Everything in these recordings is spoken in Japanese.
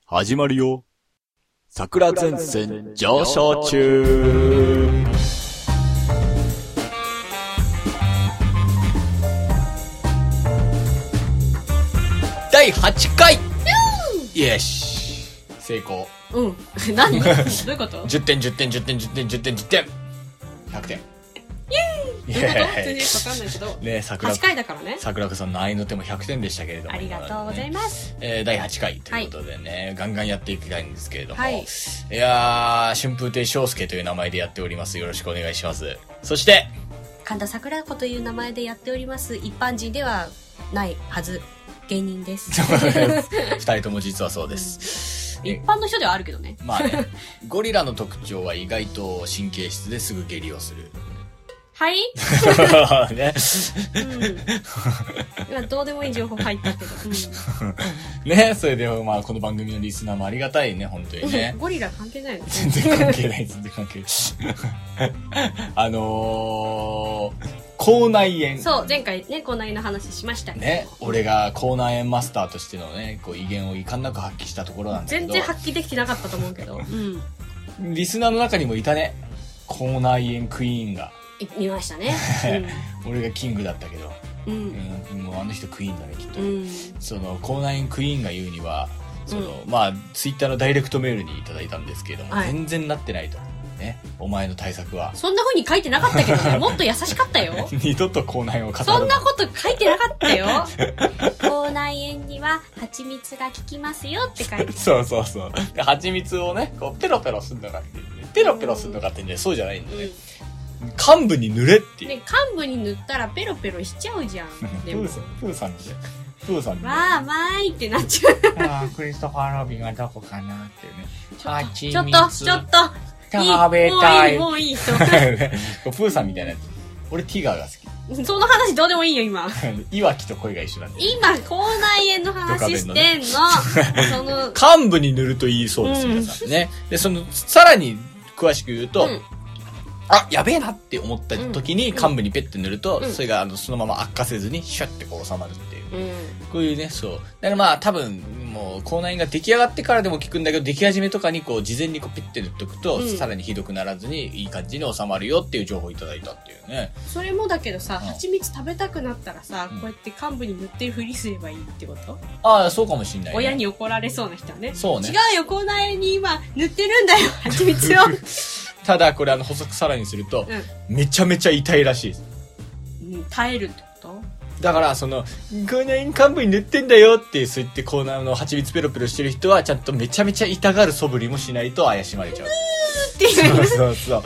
始まるよ。桜前線上昇中。第8回よし成功。 うん。何どういうこと ?10 点、10点、10点、10点、10点、10点。100点。 イエーイどういうこと全然よくわかんないけど。 ね、 8回だからね。 桜子さんの愛の手も100点でしたけれども。 ありがとうございます。 第8回ということでね、ガンガンやっていきたいんですけれども。 はい。 いやー、春風亭昇介という名前でやっております。よろしくお願いします。そして、 神田桜子という名前でやっております。一般人ではないはず。芸人です。 2人とも実はそうです。 一般の人ではあるけどね。 まあね、ゴリラの特徴は意外と神経質ですぐ下痢をする。 はいね。 今どうでもいい情報入ったけど。 ね、それでまあこの番組のリスナーもありがたいね、本当にね。 ゴリラ関係ないの？ 全然関係ない、全然関係ない。口内炎。 そう、前回ね、口内炎の話しましたけど。 ね、俺が口内炎マスターとしてのね、こう威厳を遺憾なく発揮したところなんだけど。 全然発揮できてなかったと思うけど。 リスナーの中にもいたね。口内炎クイーンが。 見ましたね。 俺がキングだったけど。もうあの人クイーンだね、きっと。その、口内炎クイーンが言うには、まあ、ツイッターのダイレクトメールにいただいたんですけれども、全然なってないと。ね、お前の対策は。 そんな風に書いてなかったけどね、もっと優しかったよ。 二度と口内炎を語る。 そんなこと書いてなかったよ。口内炎には蜂蜜が効きますよって書いて。 そうそうそう。で蜂蜜をね、こうペロペロすんのかっていうね。ペロペロすんのかってんじゃそうじゃないんだね。患部に塗れっていう。 ね、患部に塗ったらペロペロしちゃうじゃん。 プーさんみたいな。プーさんみたいな。 わー、まーいってなっちゃう。 ああ、クリストファー・ロビンがどこかなっていうね。 ちょっと。 食べたい。 もういい。 プーさんみたいなやつ。俺ティガーが好き。その話どうでもいいよ、今。 いわきと声が一緒なんで。 今、口内炎の話してんの。その。 患部に塗るといいそうです、皆さんね。で、さらに詳しく言うと、あ、やべえなって思った時に患部にペッて塗ると、それがそのまま悪化せずにシュッてこう収まるっていう。こういうね、そう。だからまあ多分、もう口内炎が出来上がってからでも効くんだけど、出来始めとかにこう事前にこうピッて塗っとくと、さらにひどくならずにいい感じに収まるよっていう情報をいただいたっていうね。 それもだけどさ、蜂蜜食べたくなったらさ、こうやって患部に塗ってるふりすればいいってこと？ ああ、そうかもしんない、ね。 親に怒られそうな人はね。 そうね。 違うよ、口内炎に今塗ってるんだよ、蜂蜜を。 ただこれ補足さらにすると、めちゃめちゃ痛いらしいです。 耐えるってこと？ だから口内炎患部に塗ってんだよってそう言って口内の蜂蜜ペロペロしてる人はちゃんとめちゃめちゃ痛がる素振りもしないと怪しまれちゃう。 っていう。そう。言ってるんだよ。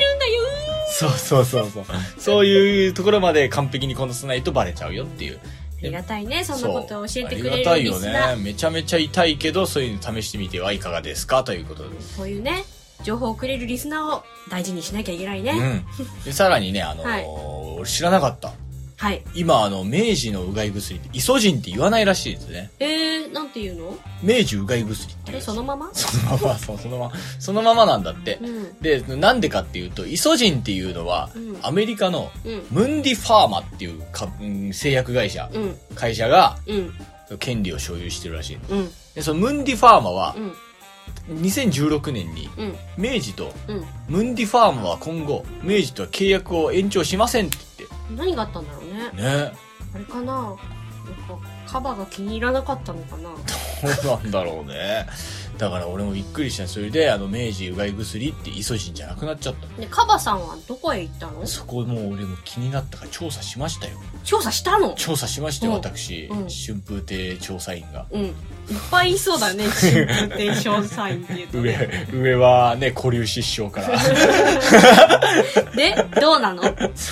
そういうところまで完璧にこなさないとバレちゃうよっていう。 ありがたいね、そんなことを教えてくれるリスナー。 ありがたいよね。めちゃめちゃ痛いけどそういうの試してみてはいかがですかということで。 そういうね。情報をくれるリスナーを大事にしなきゃいけないね。 でさらにね、俺知らなかった。 はい。 今明治のうがい薬ってイソジンって言わないらしいですね。 なんて言うの？ 明治うがい薬って言う。 そのまま？ そのままなんだって。で、なんでかっていうと、イソジンっていうのは、アメリカのムンディファーマっていう製薬会社が権利を所有してるらしい。で、そのムンディファーマは、2016年に明治とムンディファーマは今後明治とは契約を延長しませんって言って。 何があったんだろうね。あれかな、カバが気に入らなかったのかな。 どうなんだろうね。だから俺もびっくりした。それで明治うがい薬ってイソジンじゃなくなっちゃった。 でカバさんはどこへ行ったの？ そこもう俺も気になったから調査しましたよ。 調査したの？ 調査しましたよ、私。春風亭調査員が。 いっぱいいそうだね、春風亭調査員っていうと、ね。 上はね、古流失笑から。 で、どうなの？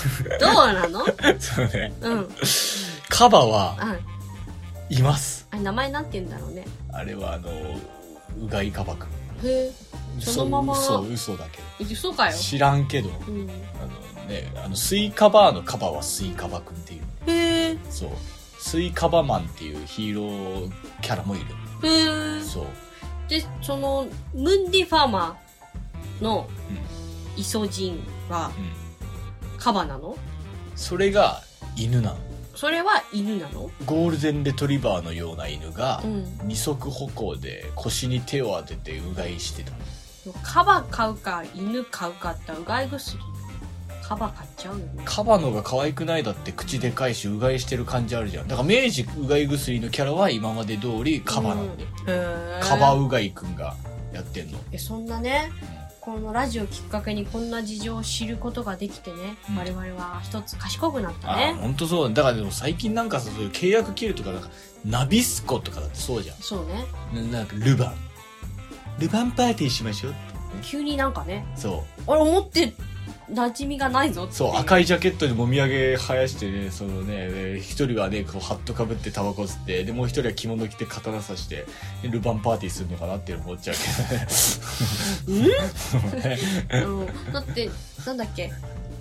そうね。カバは、います。 名前なんて言うんだろうね。 あれはうがいカバくん。 へえ。そのまま。 嘘だけど。 嘘かよ。 知らんけど。スイカバーのカバはスイカバくんっていう。 へえ。 そう。スイカバマンっていうヒーローキャラもいる。 へえ。 そう。 で、ムンディファーマーのイソジンは、カバなの？ それが犬なの。 それは犬なの？ ゴールデンレトリバーのような犬が、 うん、 二足歩行で腰に手を当ててうがいしてた。 カバ買うか犬買うかってうがい薬カバ買っちゃうよね。 カバのが可愛くない？だって口でかいしうがいしてる感じあるじゃん。だから明治うがい薬のキャラは今まで通りカバなんで、カバうがいくんがやってんの。 そんなね、このラジオきっかけにこんな事情を知ることができてね、我々は一つ賢くなったね。 本当そうだから。でも最近なんかさ、そういう契約切るとか、なんかナビスコとかだってそうじゃん。 そうね。 なんかルバンパーティーしましょうって、ね、 急になんかね、 そうあれ思って馴染みがないぞって。 そう、赤いジャケットでもみあげ生やしてね、そのね、一人はねこうハットかぶってタバコ吸って、でもう一人は着物着て刀刺してルバンパーティーするのかなって思っちゃうけどね。 だってなんだっけ、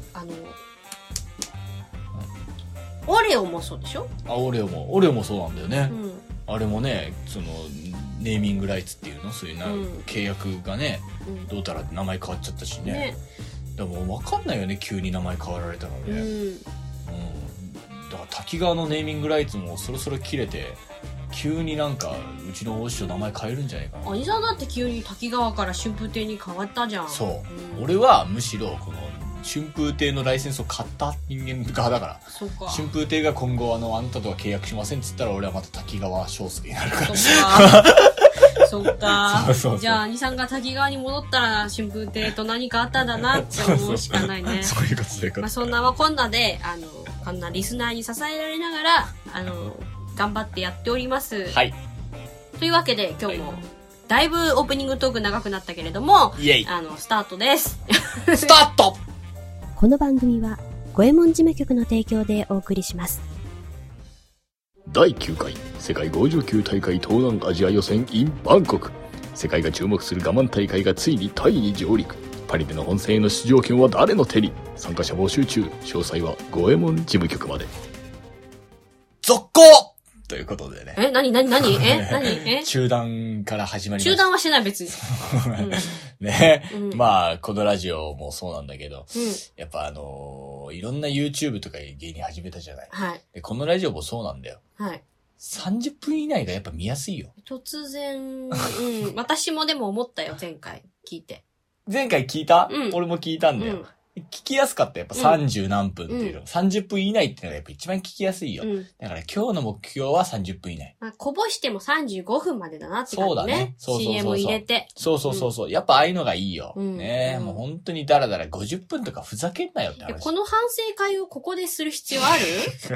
オレオもそうでしょ？ オレオもそうなんだよね、 うん、 あれもね、そのネーミングライツっていうの、そういう契約がね、どうたら名前変わっちゃったしね。でも分かんないよね、急に名前変わられたのね。だから滝川のネーミングライツもそろそろ切れて、急になんかうちのお師匠名前変えるんじゃないかな。 兄さんだって急に滝川から春風亭に変わったじゃん。 そう、俺はむしろこの春風亭のライセンスを買った人間側だから。 そうか。 春風亭が今後あなたとは契約しませんっつったら、俺はまた滝川翔介になるから。 そっか。そうじゃあ兄さんが滝川に戻ったら春風亭と何かあったんだなって思うしかないね。 そういうことそういうこと。 まあそんなこんなでこんなリスナーに支えられながら頑張ってやっております。 はい。 というわけで今日もだいぶオープニングトーク長くなったけれども、 イエイスタートです。 スタート。 この番組は五右衛門事務局の提供でお送りします。 第9回世界59大会東南アジア予選 in バンコク。世界が注目する我慢大会がついにタイに上陸。パリでの本戦への出場権は誰の手に？参加者募集中。詳細は五右衛門事務局まで。 続行ということでね。 何中断から始まりました。 中断はしてない別に。 ね、まあ、このラジオもそうなんだけど、やっぱいろんな YouTube とか芸人始めたじゃない。 はい。 で、このラジオもそうなんだよ。 はい。 30分以内がやっぱ見やすいよ。 突然、私もでも思ったよ、前回聞いて。 前回聞いた？俺も聞いたんだよ。聞きやすかった。やっぱ30何分っていうの。30分以内っていうのがやっぱ一番聞きやすいよ。だから今日の目標は30分以内。 まあ、こぼしても35分までだなって感じね。そうだね。CM 入れて。 そう。やっぱああいうのがいいよ。ね、もう本当にダラダラ50分とかふざけんなよって話。 この反省会をここでする必要ある？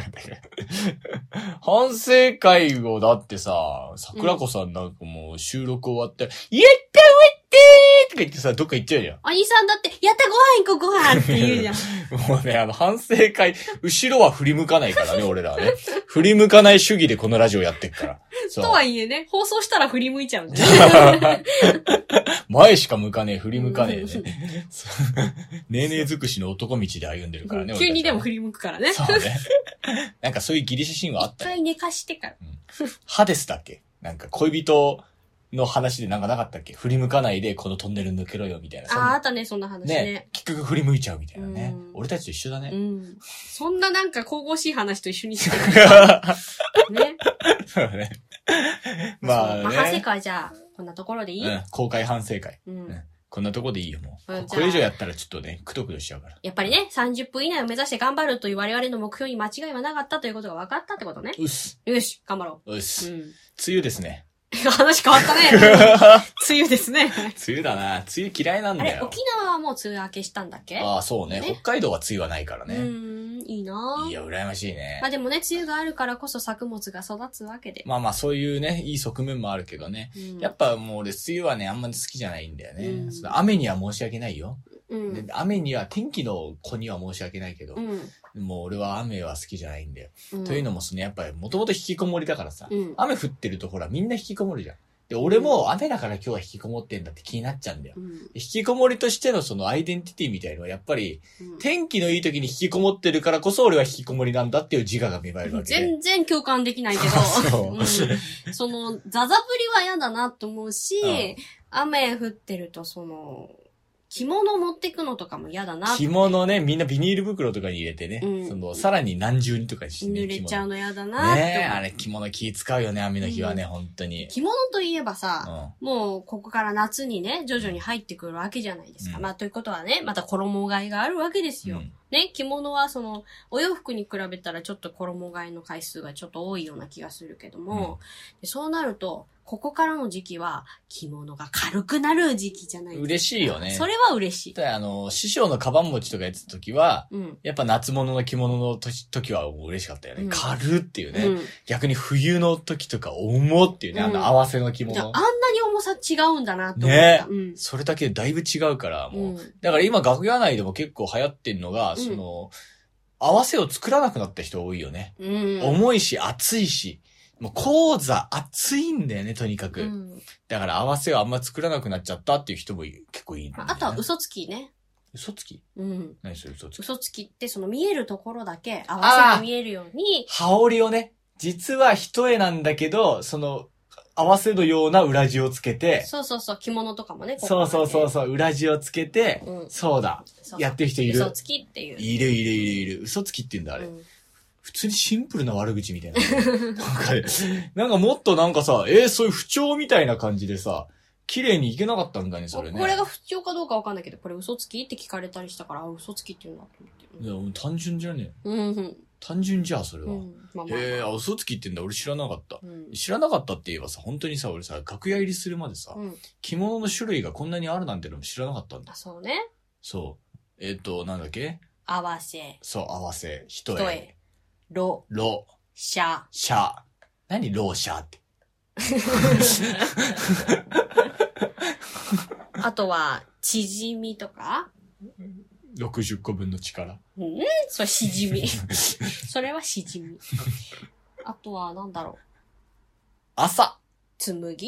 反省会をだってさ、桜子さんなんかもう収録終わって、やったーとか言ってさ、どっか行っちゃうじゃん。 兄さんだって、やったご飯行こうご飯って言うじゃん。 もうね、反省会、後ろは振り向かないからね、俺らはね。振り向かない主義でこのラジオやってっから。 とはいえね、放送したら振り向いちゃうんだよ。前しか向かねえ、振り向かねえね。ねえねえ尽くしの男道で歩んでるからね。 急にでも振り向くからね。 そうね。なんかそういうギリシャ神話あった一回寝かしてから。 ハデスだっけ？なんか恋人の話でなんかなかったっけ？振り向かないでこのトンネル抜けろよみたいな。 あったね、そんな話ね。 結局振り向いちゃうみたいなね。俺たちと一緒だね。 そんななんか神々しい話と一緒にしてる。ね。 そうだね。まあね。 反省会じゃあ、こんなところでいい？ 公開反省会。こんなとこでいいよ、もう。これ以上やったらちょっとね、くどくどしちゃうから。 やっぱりね、30分以内を目指して頑張るという我々の目標に間違いはなかったということが分かったってことね。 よし、 頑張ろう。 梅雨ですね。 話変わったね。梅雨ですね。 梅雨だな。梅雨嫌いなんだよ。 沖縄はもう梅雨明けしたんだっけ？ ああ、そうね。北海道は梅雨はないからね。 いいなぁ。 いや、羨ましいね。 まあでもね、梅雨があるからこそ作物が育つわけで。 まあそういうね、いい側面もあるけどね。やっぱもう俺、梅雨はね、あんまり好きじゃないんだよね。雨には申し訳ないよ。雨には、天気の子には申し訳ないけど、もう俺は雨は好きじゃないんだよ。というのもやっぱりもともと引きこもりだからさ、雨降ってるとほらみんな引きこもるじゃん。で、俺も雨だから今日は引きこもってんだって気になっちゃうんだよ。引きこもりとしてのそのアイデンティティみたいのはやっぱり、天気のいい時に引きこもってるからこそ俺は引きこもりなんだっていう自我が芽生えるわけで。 全然共感できないけど、その、ザザぶりは嫌だなと思うし、雨降ってると着物持ってくのとかも嫌だな。 着物ね、みんなビニール袋とかに入れてね。さらに何重にとかしてね。 濡れちゃうの嫌だな。 ねあれ着物気使うよね、雨の日はね、本当に。 着物といえばさ、もうここから夏にね、徐々に入ってくるわけじゃないですか。まあということはね、また衣替えがあるわけですよ。ね、着物はお洋服に比べたらちょっと衣替えの回数がちょっと多いような気がするけども、でそうなると、ここからの時期は着物が軽くなる時期じゃないですか。 嬉しいよね。 それは嬉しい。 師匠のカバン持ちとかやってた時は、やっぱ夏物の着物の時は嬉しかったよね。軽っていうね。逆に冬の時とか重っていうね、合わせの着物。 あんなに重さ違うんだなと思った。 ね、それだけでだいぶ違うから、もう。だから今楽屋内でも結構流行ってんのが、合わせを作らなくなった人多いよね。重いし、熱いし。もう講座熱いんだよね、とにかく。だから合わせをあんま作らなくなっちゃったっていう人も結構いい、ね。 あとは嘘つきね。 嘘つき？何それ嘘つき？ 嘘つきって見えるところだけ合わせが見えるように。 羽織をね、実は一重なんだけど、合わせのような裏地をつけて。 そう、着物とかもね。 そう、裏地をつけて、そうだ。やってる人いる。 嘘つきっていう。 いる。嘘つきって言うんだ、あれ。普通にシンプルな悪口みたいな。なんかもっとなんかさ、そういう不調みたいな感じでさ、綺麗にいけなかったんだね、それね。 これが不調かどうかわかんないけど、これ嘘つきって聞かれたりしたから、嘘つきって言うんだと思って。 いや、もう単純じゃねえ。単純じゃ、それは。嘘つきって言うんだ、俺知らなかった。知らなかったって言えばさ、本当にさ、俺さ、楽屋入りするまでさ、着物の種類がこんなにあるなんてのも知らなかったんだ。 そうね。 そう。なんだっけ？ 合わせ。 そう、合わせ。一重。 ろ。しゃ。 何ろうしゃって。 あとは、縮みとか 60個分の力。 それしじみ。それはしじみ。あとは、なんだろう。 朝。 紬。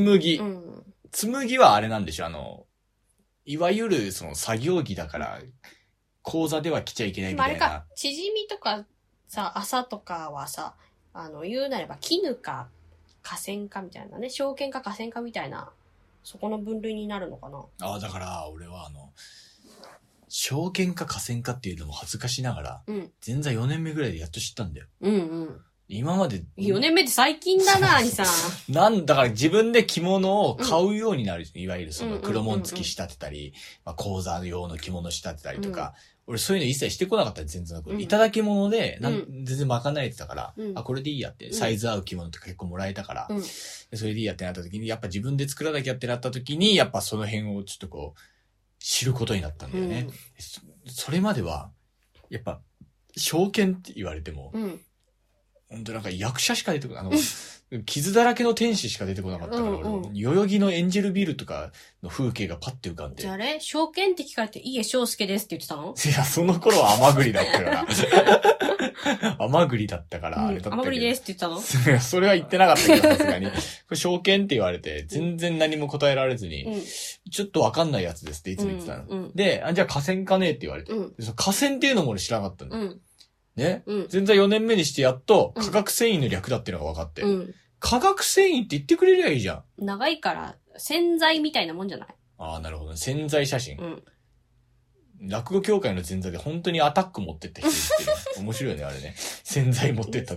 紬はあれなんでしょ、いわゆる作業着だから、講座では着ちゃいけないみたいな。 あれか、縮みとか、さ、朝とかはさ、言うなれば、絹か、河川かみたいなね、証券か河川かみたいな、そこの分類になるのかな。 だから、俺は証券か河川かっていうのも恥ずかしながら、前座4年目ぐらいでやっと知ったんだよ。今まで。 4年目って最近だな、兄さん。だから自分で着物を買うようになる。いわゆる黒紋付き仕立てたり、講座用の着物仕立てたりとか、俺そういうの一切してこなかった全然なく。いただき物で、全然賄えてたから、これでいいやって、サイズ合う着物とか結構もらえたから、それでいいやってなった時に、やっぱ自分で作らなきゃってなった時に、やっぱその辺をちょっと知ることになったんだよね。それまでは、やっぱ、証券って言われても、ほんとなんか役者しか出てこない。傷だらけの天使しか出てこなかったから、代々木のエンジェルビルとかの風景がパッて浮かんで。 じゃあ証券って聞かれて、いえ、翔介ですって言ってたの？ いや、その頃は甘栗だったから。甘栗だったから、あれだったけど。 甘栗ですって言ったの？ いや、それは言ってなかったけど、さすがに。これ証券って言われて、全然何も答えられずに、ちょっとわかんないやつですっていつも言ってたの。で、じゃあ河川かねって言われて。河川っていうのも俺知らなかったんだ。ね、前座4年目にしてやっと化学繊維の略だっていうのが分かって。化学繊維って言ってくれりゃいいじゃん。長いから洗剤みたいなもんじゃない？ なるほどね。洗剤写真。落語協会の前座で本当にアタック持ってった人いる。面白いよね、あれね。洗剤持ってったって。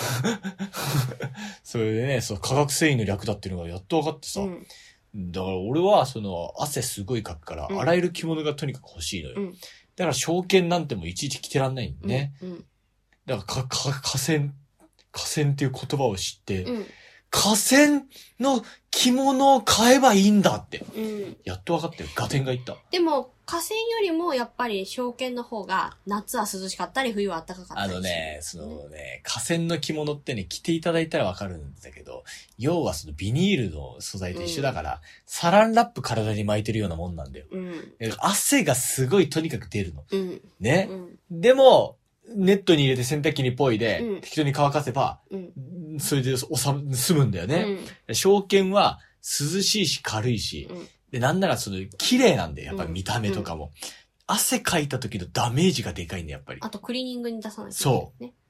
それでね、化学繊維の略だっていうのがやっと分かってさ。だから俺は汗すごいかくから、洗える着物がとにかく欲しいのよ。だから証券なんてもいちいち着てらんないんだね。だから河川っていう言葉を知って、河川の着物を買えばいいんだって。やっと分かってる。合点がいった。 でも、河川よりもやっぱり証券の方が夏は涼しかったり冬は暖かかったり。 河川の着物ってね、着ていただいたら分かるんだけど、要はビニールの素材と一緒だから、サランラップ体に巻いてるようなもんなんだよ。汗がすごいとにかく出るの。ね。でも、ネットに入れて洗濯機にポイで、適当に乾かせば、それで済むんだよね。証券は涼しいし軽いし、で、なんなら綺麗なんだよ、やっぱり見た目とかも。汗かいた時のダメージがでかいんだよ、やっぱり。 あとクリーニングに出さないと。 そう。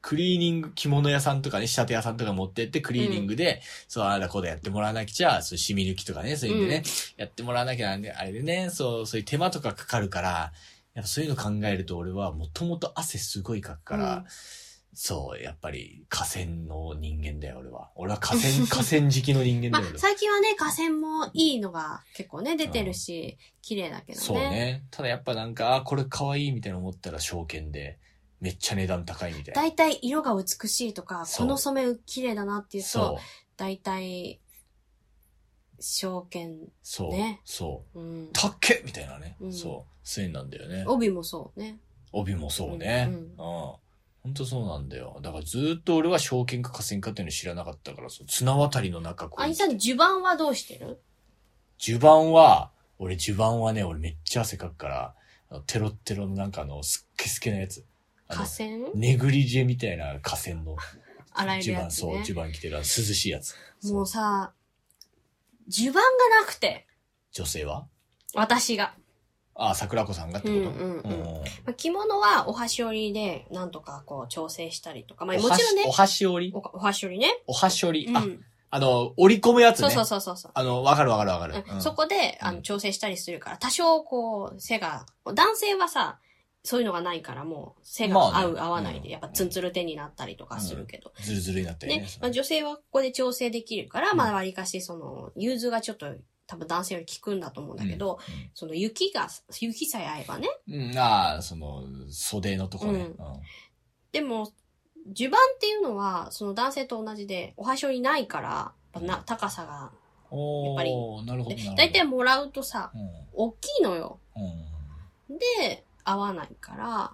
クリーニング、着物屋さんとかね、仕立て屋さんとか持ってってクリーニングで、そう、あらこうだやってもらわなきゃ、そう、シミ抜きとかね、そういうんでね、やってもらわなきゃなんで、あれでね、そういう手間とかかかるから、やっぱそういうの考えると俺はもともと汗すごいかくから、そう、やっぱり河川の人間だよ、俺は。俺は河川敷きの人間だよ。 最近はね、河川もいいのが結構ね、出てるし、綺麗だけどね。 そうね。ただやっぱなんか、これ可愛いみたいな思ったら証券で、めっちゃ値段高いみたいな。 だいたい色が美しいとか、この染め綺麗だなっていうと、だいたい、証券、ね。 そう。たっけみたいなね。そう。そういうなんだよね。 帯もそうね。 帯もそうね。ほんとそうなんだよ。だからずーっと俺は証券か河川かっていうの知らなかったから、綱渡りの中こう。 兄さん、襦袢はどうしてる？ 襦袢は俺めっちゃ汗かくから、テロッテロのなんかすっけすけなやつ。 河川？ ネグリジェみたいな河川の。 洗えるやつね。 襦袢着てる涼しいやつ。 もうさ、襦袢がなくて。 女性は？ 私が。 あ、桜子さんがってこと？ 着物はお箸折りで、なんとかこう調整したりとか。まあもちろんね。 お箸折り？ お箸折りね。 お箸折り。折り込むやつね。 そう。 わかる。 そこで、調整したりするから、多少こう、背が、男性はさ、そういうのがないからもう、背が合わないで、やっぱツンツル手になったりとかするけど。 ズルズルになったりね。 女性はここで調整できるから、まあ割かし融通がちょっと、多分男性より効くんだと思うんだけど、雪さえ合えばね。 袖のとこね。 でも、襦袢っていうのは、男性と同じで、お箸折りないから、高さが、やっぱり。 なるほど。 だいたいもらうとさ、大きいのよ。で、合わないから、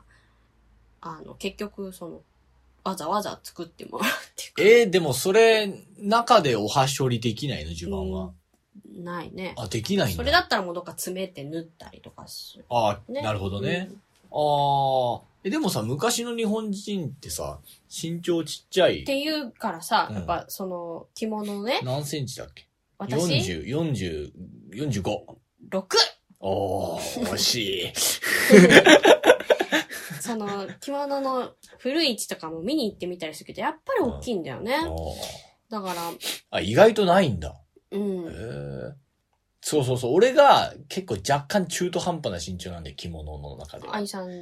結局、わざわざ作ってもらうっていうか。 でもそれ、中でお箸折りできないの、襦袢は。 ないね。 あ、できないんだ。 それだったらもうどっか詰めて縫ったりとかする。 なるほどね。でもさ、昔の日本人ってさ、身長ちっちゃい。 っていうからさ、やっぱ着物ね。 何センチだっけ？ 私 ?45。 6! 惜しい。 着物の古い位置とかも見に行ってみたりするけど、やっぱり大きいんだよね。だから。 意外とないんだ。そう。俺が結構若干中途半端な身長なんで、着物の中では。 愛さん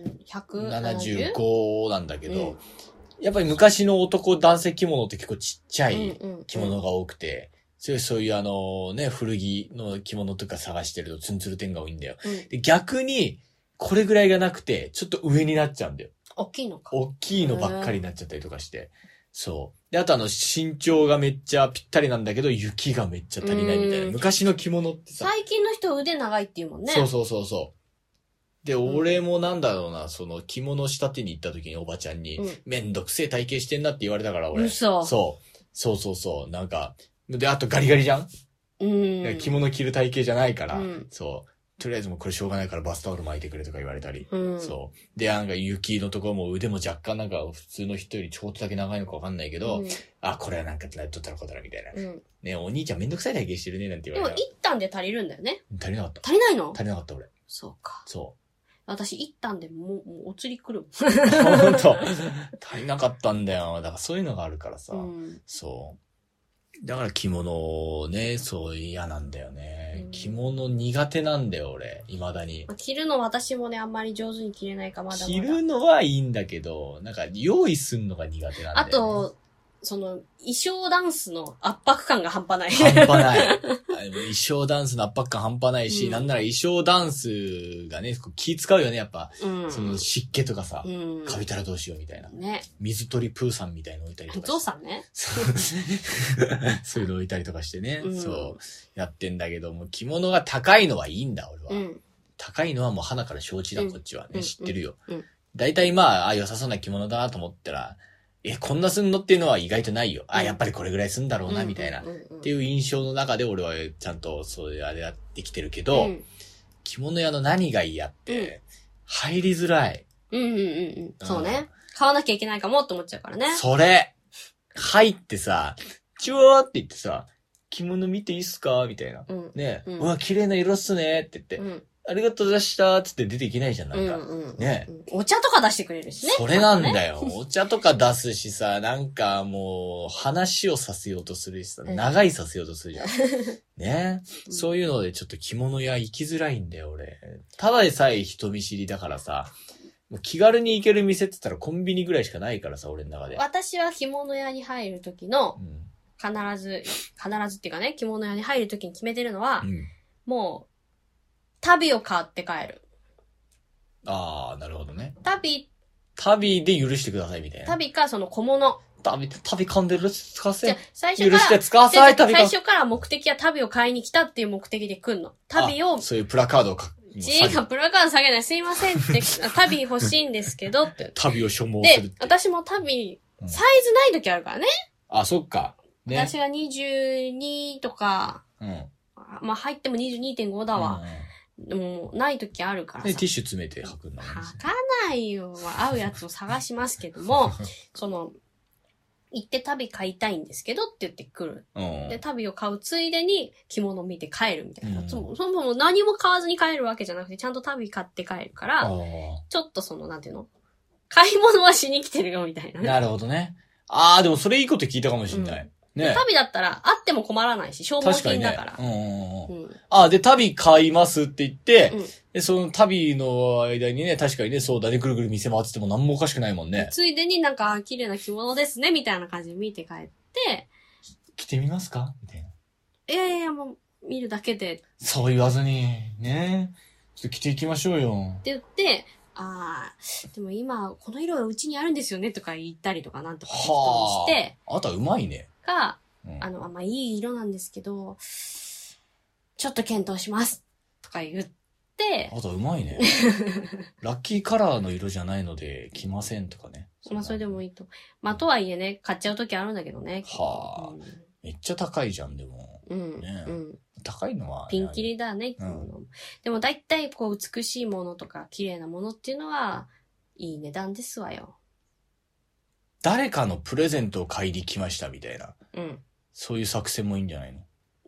175 75なんだけど、やっぱり昔の男性着物って結構ちっちゃい着物が多くて、そういう古着の着物とか探してるとツンツル点が多いんだよ。で逆に、これぐらいがなくて、ちょっと上になっちゃうんだよ。 大きいのか。 大きいのばっかりになっちゃったりとかして。そう。で、あと身長がめっちゃぴったりなんだけど、雪がめっちゃ足りないみたいな。昔の着物ってさ。 最近の人腕長いって言うもんね。 そう。で、俺もなんだろうな、着物仕立てに行った時におばちゃんに、めんどくせえ体型してんなって言われたから俺。 嘘。 そう。なんか、で、あとガリガリじゃん？着物着る体型じゃないから、そう。とりあえずもうこれしょうがないからバスタオル巻いてくれとか言われたり。そう。で、なんか雪のところも腕も若干なんか普通の人よりちょっとだけ長いのかわかんないけど、これはなんかどったらこったらみたいな。ね、お兄ちゃんめんどくさい体型してるねなんて言われた。 でも一旦で足りるんだよね。 足りなかった。 足りないの？ 足りなかった俺。 そうか。 そう。 私一旦でもうお釣り来る。 ほんと。足りなかったんだよ。だからそういうのがあるからさ。そう。だから着物ね、そう嫌なんだよね。着物苦手なんだよ、俺。未だに。 着るの私もね、あんまり上手に着れないかまだまだ。 着るのはいいんだけど、なんか用意すんのが苦手なんだよ、ね。 あと、衣装ダンスの圧迫感が半端ない。 半端ない。衣装ダンスの圧迫感半端ないし、なんなら衣装ダンスがね、気使うよね、やっぱ。湿気とかさ、カビたらどうしようみたいな。 ね。 水鳥プーさんみたいの置いたりとか。 ゾウさんね。 そういうの置いたりとかしてね。そう。やってんだけど、もう着物が高いのはいいんだ、俺は。高いのはもう鼻から承知だ、こっちはね。知ってるよ。だいたい良さそうな着物だなと思ったら、こんなすんのっていうのは意外とないよ。やっぱりこれぐらいすんだろうな、みたいな。っていう印象の中で俺はちゃんとそういうあれやってきてるけど、着物屋の何が嫌って、入りづらい。 そうね。買わなきゃいけないかもって思っちゃうからね。 それ入ってさ、チュワーって言ってさ、着物見ていいっすかみたいな。ね。うわ、綺麗な色っすねって言って。 ありがとうございましたつって出ていけないじゃん、なんか。ね。 お茶とか出してくれるしね。 それなんだよ。お茶とか出すしさ、なんかもう、話をさせようとするしさ、長いさせようとするじゃん。ね。そういうのでちょっと着物屋行きづらいんだよ、俺。ただでさえ人見知りだからさ、もう気軽に行ける店って言ったらコンビニぐらいしかないからさ、俺の中で。 私は着物屋に入る時の、必ずっていうかね、着物屋に入る時に決めてるのは、もう、旅を買って帰る。 ああ、なるほどね。 旅で許してくださいみたいな。 旅か、その小物。 旅噛んでる使わせ。 じゃ最初から、 許して使わさい、 最初から目的は旅を買いに来たっていう目的で来んの。旅を。 そういうプラカードを書く。 プラカード下げない。すいませんって、旅欲しいんですけどって。 旅を所望するって。 で、私も旅、サイズない時あるからね。 そっか。 ね。私が22とか、まあ入っても 22.5 だわ。もう、ない時あるからさ。 で、ティッシュ詰めて履くんだもんね。 履かないよ。合うやつを探しますけども、行って旅買いたいんですけどって言ってくる。で、旅を買うついでに着物見て帰るみたいな。そもそも何も買わずに帰るわけじゃなくて、ちゃんと旅買って帰るから、ちょっとなんていうの？買い物はしに来てるよみたいなね。 なるほどね。でもそれいいこと聞いたかもしれない。ね。 旅だったら、あっても困らないし、消耗品だから。 で、旅買いますって言って、で、その旅の間にね、確かにね、そうだね、ぐるぐる店回ってても何もおかしくないもんね。 ついでになんか、綺麗な着物ですね、みたいな感じで見て帰って、 着てみますかみたいな。 いや、もう、見るだけで。 そう言わずに、ね。ちょっと着ていきましょうよ。 って言って、でも今、この色がうちにあるんですよね、とか言ったりとかなんとかして。 あとはうまいね。 まあ、いい色なんですけど、ちょっと検討します。とか言って、 あとうまいね。ラッキーカラーの色じゃないので着ませんとかね。 まあそれでもいいと。まあとはいえね、買っちゃう時あるんだけどね。 めっちゃ高いじゃん、でも。高いのは、 ピンキリだね、でも大体こう美しいものとか綺麗なものっていうのは、いい値段ですわよ。 誰かのプレゼントを買いに来ましたみたいな。そういう作戦もいいんじゃないの？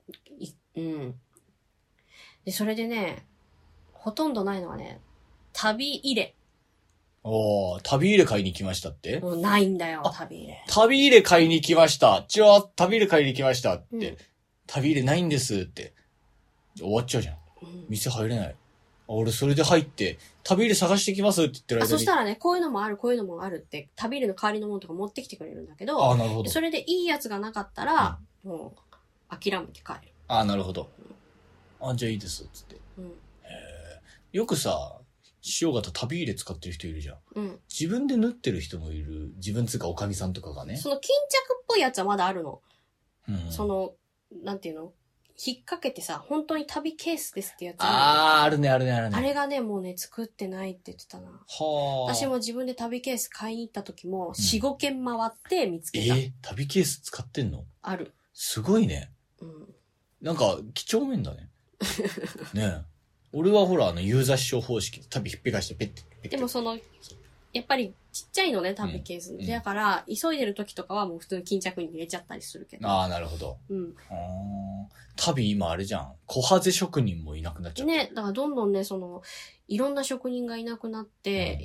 で、それでね、ほとんどないのはね、旅入れ。 旅入れ買いに来ましたって？ もうないんだよ、旅入れ。 旅入れ買いに来ました。旅入れ買いに来ましたって。旅入れないんですって。終わっちゃうじゃん。店入れない。俺それで入って、旅入れ探してきますって言ってる間に。 そしたらね、こういうのもあるって、旅入れの代わりのものとか持ってきてくれるんだけど、 なるほど。 それでいいやつがなかったら、もう、諦めて帰る。 なるほど。じゃあいいです、つって。よくさ、塩型旅入れ使ってる人いるじゃん。自分で縫ってる人もいる。自分つうかおかみさんとかがね。 その巾着っぽいやつはまだあるの。なんていうの？引っ掛けてさ、本当に旅ケースですってやつ。 あるね。あれがね、もうね、作ってないって言ってたな。私も自分で旅ケース買いに行った時も、4、5軒回って見つけた。 旅ケース使ってんの？ ある。 すごいね。なんか、几帳面だね。ねえ。俺はほら、ユーザー視聴方式で旅ひっぺかしてペッて。 でもやっぱりちっちゃいのね、旅ケース。だから、急いでる時とかはもう普通に巾着に入れちゃったりするけど。 なるほど。旅今あれじゃん。小ハゼ職人もいなくなっちゃった。 ね、だからどんどんね、いろんな職人がいなくなって、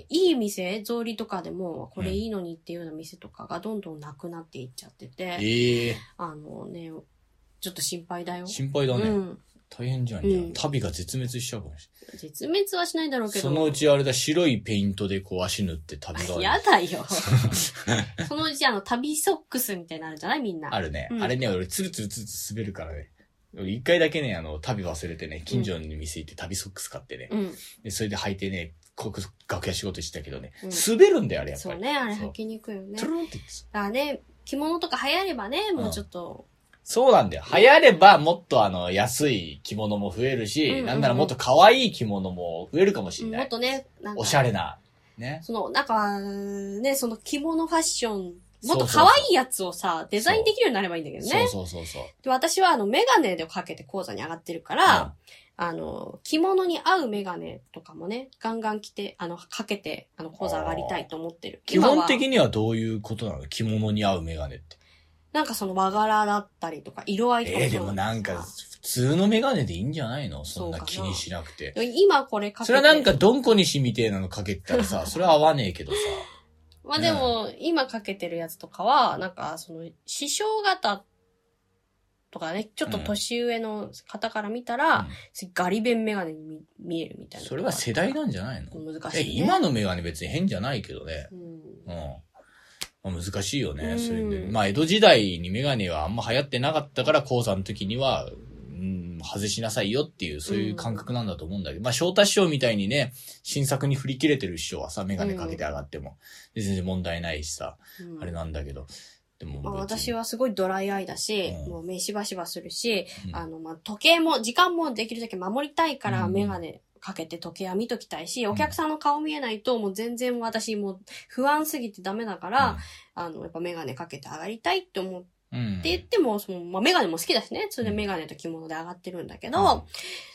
いい店、草履とかでも、これいいのにっていうような店とかがどんどんなくなっていっちゃってて。ちょっと心配だよ。 心配だね。大変じゃん。旅が絶滅しちゃうかもしれない。 絶滅はしないだろうけど。 そのうちあれだ、白いペイントでこう足塗って旅が。 やだよ。そのうち旅ソックスみたいになるんじゃないみんな。 あるね。あれね、俺ツルツル滑るからね。一回だけね、旅忘れてね、近所に店行って旅ソックス買ってね。で、それで履いてね、楽屋仕事してたけどね、滑るんだよ、あれやっぱり。 そうね、あれ履きにくいよね。 トゥルンって言ってだからね、着物とか流行ればね、もうちょっと。 そうなんだよ。流行ればもっと安い着物も増えるし、なんならもっと可愛い着物も増えるかもしれない。 もっとね、 おしゃれな。ね。 なんか、ね、着物ファッション、もっと可愛いやつをさ、デザインできるようになればいいんだけどね。 そう。 で、私はメガネでかけて講座に上がってるから、着物に合うメガネとかもね、ガンガン着て、かけて、講座上がりたいと思ってる。 基本的にはどういうことなの？着物に合うメガネって。 なんかその和柄だったりとか、色合いとかでもなんか、普通のメガネでいいんじゃないの？そんな気にしなくて。 今これかけて。 それはなんかドンコニシみてえなのかけたらさ、それは合わねえけどさ。 まあでも、今かけてるやつとかは、なんかその、師匠方とかね、ちょっと年上の方から見たら、ガリ弁メガネに見えるみたいな。 それは世代なんじゃないの？ 難しい、ね。 今のメガネ別に変じゃないけどね。まあ、難しいよね。そういうの。まあ、江戸時代にメガネはあんま流行ってなかったから、講座の時には、外しなさいよっていう、そういう感覚なんだと思うんだけど、まあ、翔太師匠みたいにね、新作に振り切れてる師匠はさ、メガネかけて上がっても、全然問題ないしさ、あれなんだけど。でも、 まあ、私はすごいドライアイだし、もう目しばしばするし、まあ、時計も、時間もできるだけ守りたいから、メガネかけて時計は見ときたいし、お客さんの顔見えないと、もう全然私もう不安すぎてダメだから、やっぱメガネかけて上がりたいって思って言っても、まあ、メガネも好きだしね。それでメガネと着物で上がってるんだけど、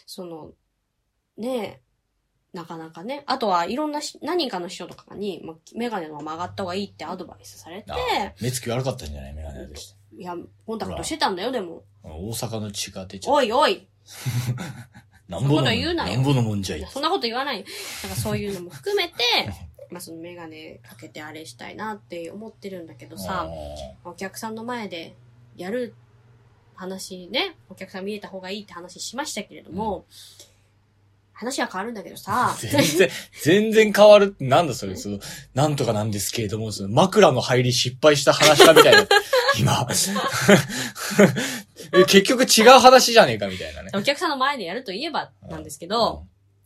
ねえ、なかなかね。あとはいろんな何人かの師匠とかに、まあ、メガネのまま上がった方がいいってアドバイスされて。 目つき悪かったんじゃない？メガネでした。 いや、コンタクトしてたんだよ、でも。 大阪の血が出ちゃう。 おいおいなんぼのもんじゃい。 そんなこと言わないよ。なんかそういうのも含めて、まあそのメガネかけてあれしたいなって思ってるんだけどさ、お客さんの前でやる話ね、お客さん見えた方がいいって話しましたけれども、話は変わるんだけどさ。 全然変わるって、なんだそれ、なんとかなんですけれども、枕の入り失敗した話かみたいな。今。結局違う話じゃねえかみたいなね。 お客さんの前でやるといえばなんですけど、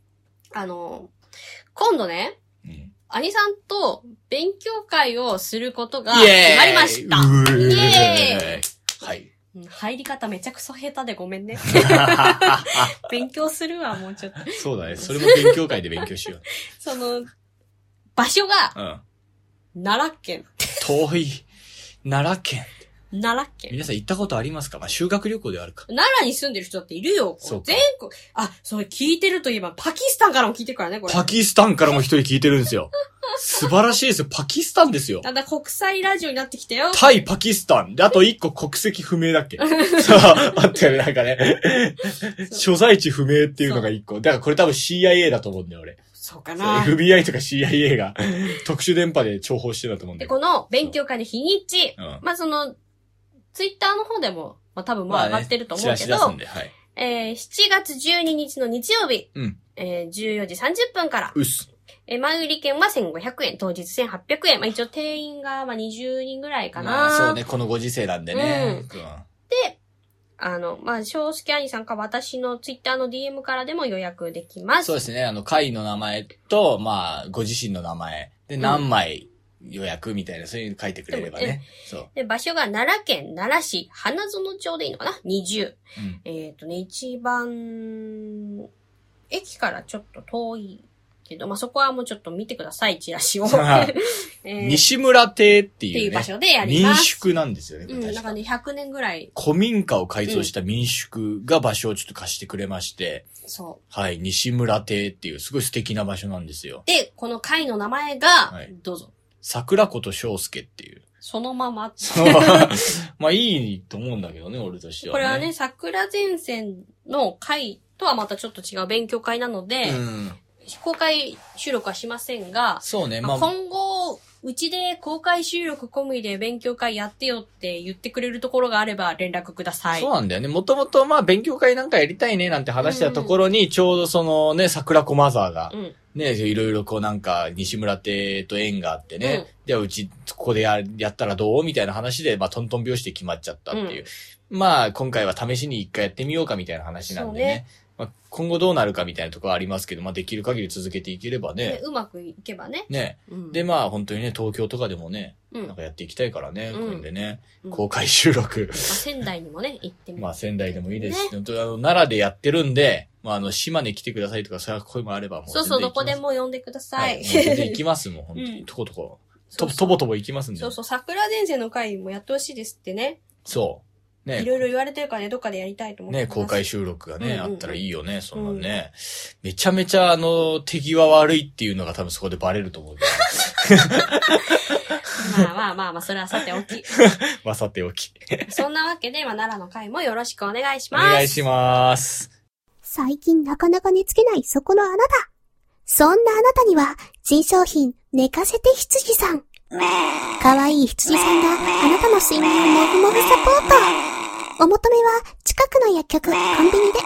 今度ね、兄さんと勉強会をすることが決まりました。イエーイはい。入り方めちゃくそ下手でごめんね。勉強するわ、もうちょっと。 そうだね。それも勉強会で勉強しよう。 場所が、奈良県。 遠い。奈良県。 奈良県。 皆さん行ったことありますか？まあ、修学旅行であるか。 奈良に住んでる人だっているよ。 そう全国。それ聞いてるといえば、パキスタンからも聞いてるからね、これ。 パキスタンからも一人聞いてるんですよ。素晴らしいですよ。パキスタンですよ。 だんだん国際ラジオになってきたよ。 タイ、パキスタン。で、あと一個国籍不明だっけ？そう、あったよね、なんかね。所在地不明っていうのが一個。だからこれ多分 CIA だと思うんだよ、俺。 そうかな。 FBI とか CIA が特殊電波で重宝してたと思うんだよ。で、この勉強会の日にち。まあ、ツイッターの方でも、まあ、多分もう上がってると思うけど、7月12日の日曜日、14時30分から、前売り券は1500円、当日1800円。まあ、一応定員が20人ぐらいかな。 そうね、このご時世なんでね。 で、まあ、正介兄さんか私のツイッターの DM からでも予約できます。 そうですね、会の名前と、まあ、ご自身の名前で何枚、予約みたいな、そういうの書いてくれればね。そう。 で、場所が奈良県奈良市花園町でいいのかな ?20。一番、駅からちょっと遠いけど、まあ、そこはもうちょっと見てください、チラシを。 西村邸っていう、ね。 っていう場所でやります。 民宿なんですよね。 なんかね、100年ぐらい。 古民家を改装した民宿が場所をちょっと貸してくれまして。 そう。 はい、西村邸っていうすごい素敵な場所なんですよ。 で、この会の名前が、どうぞ。 桜子と翔介っていう。 そのまま。 まあいいと思うんだけどね、俺としては、ね。 これはね、桜前線の会とはまたちょっと違う勉強会なので、公開収録はしませんが、 そうね、 まあ、今後、うちで公開収録込みで勉強会やってよって言ってくれるところがあれば連絡ください。 そうなんだよね。もともとまあ勉強会なんかやりたいねなんて話したところに、ちょうどそのね、桜子マザーが、ね、いろいろこうなんか西村邸と縁があってね、で、うちここでやったらどうみたいな話で、まあトントン拍子で決まっちゃったっていう。まあ今回は試しに一回やってみようかみたいな話なんでね。まあ、今後どうなるかみたいなところはありますけど、まあできる限り続けていければね。 うまくいけばね。 ね。で、まあ本当にね、東京とかでもね、なんかやっていきたいからね、これでね、公開収録。 まあ、仙台にもね、行ってみる。 まあ仙台でもいいですし、奈良でやってるんで、まあ島根来てくださいとか、そういう声もあればもう。 そうそう、どこでも呼んでください。 で行きますもん、本当に。とことこ。とぼとぼ行きますんで。 そうそう、桜前線の会もやってほしいですってね。 そう。ね、 いろいろ言われてるからね、どっかでやりたいと思ってます。 ね、公開収録がね、あったらいいよね、そんなね。めちゃめちゃ手際悪いっていうのが多分そこでバレると思う。 まあ、それはさておき。 まあ、さておき。 そんなわけで、奈良の会もよろしくお願いします。 お願いします。 最近なかなか寝つけないそこのあなた。そんなあなたには、新商品、寝かせて羊さん。かわいい羊さんがあなたの睡眠をもぐもぐサポート。お求めは、近くの薬局、コンビニ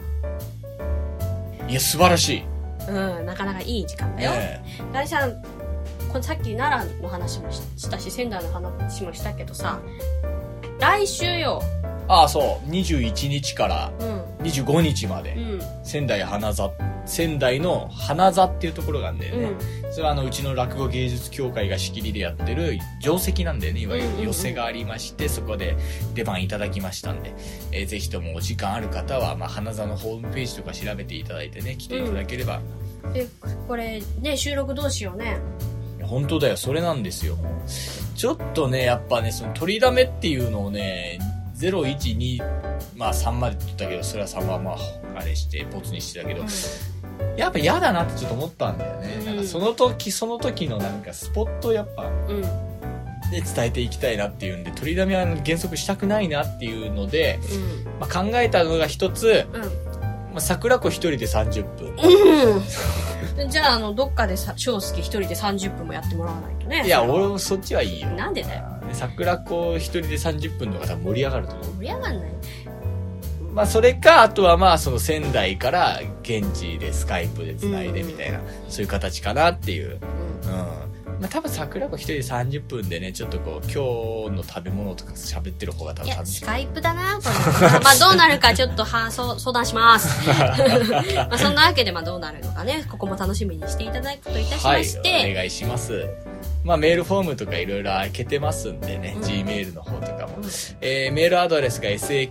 で。 いや、素晴らしい。 なかなかいい時間だよ。ガリさん、さっき奈良の話もしたし、仙台の話もしたけどさ、来週よ。 ああ、そう。21日から25日まで、仙台の花座っていうところがあるんだよね。それはうちの落語芸術協会が仕切りでやってる定席なんだよね。いわゆる寄席がありまして、そこで出番いただきましたんで、ぜひともお時間ある方は、花座のホームページとか調べていただいてね、来ていただければ。 で、これね、収録どうしようね。 本当だよ、それなんですよ。ちょっとね、やっぱね、その取りだめっていうのをね、0、1、2、3までって言ったけど、それは3はあれして、ポツにしてたけど、やっぱ嫌だなってちょっと思ったんだよね。なんかその時のなんかスポットをやっぱ、で伝えていきたいなっていうんで、取りだめは原則したくないなっていうので、考えたのが一つ、桜子一人で30分。 じゃあ、どっかで翔介一人で30分もやってもらわないとね。 いや、俺もそっちはいいよ。 なんでだよ。 桜子一人で30分とか多分盛り上がると思う。 盛り上がんない。 それか、あとはその仙台から現地でスカイプで繋いでみたいな、そういう形かなっていう。多分桜子一人で30分でね、ちょっと今日の食べ物とか喋ってる方が多分楽しい。 スカイプだな、これ。どうなるかちょっと相談します。そんなわけでどうなるのかね、ここも楽しみにしていただくといたしまして。 はい、お願いします。メールフォームとかいろいろ開けてますんでね、Gmail の方とかも。メールアドレスが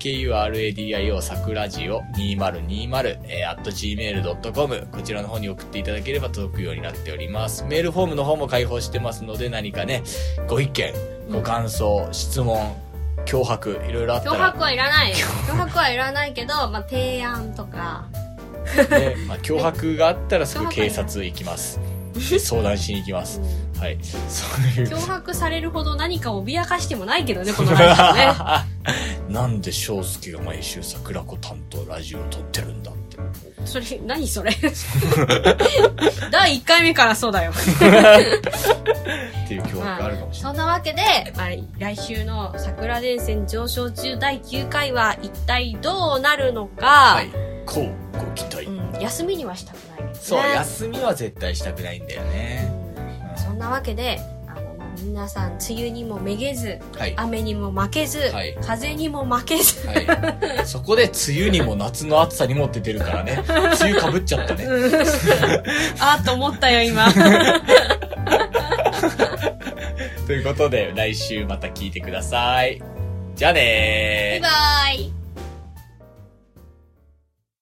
sakuradio 桜ジオ2020 @gmail.com こちらの方に送っていただければ届くようになっております。メールフォームの方も開放してますので、何かね、ご意見、ご感想、質問、脅迫、いろいろあったら。 脅迫はいらない。脅迫はいらないけど、提案とか。 ね、脅迫があったらすぐ警察行きます。相談しに行きます。はい。そういう。 脅迫されるほど何か脅かしてもないけどね、このラジオね。 なんで翔介が毎週桜子担当ラジオを撮ってるんだって。 それ、何それ第1回目からそうだよ。 っていう脅迫があるかもしれない。 そんなわけで、来週の桜電線上昇中第9回は一体どうなるのか。 はい。ご期待。 休みにはしたくないですね。そう、休みは絶対したくないんだよね。 そんなわけで、皆さん、梅雨にもめげず、雨にも負けず、風にも負けず。 そこで梅雨にも夏の暑さにもって出るからね。梅雨かぶっちゃったね。 と思ったよ、今。 ということで、来週また聞いてください。じゃあねー。 バイバイ。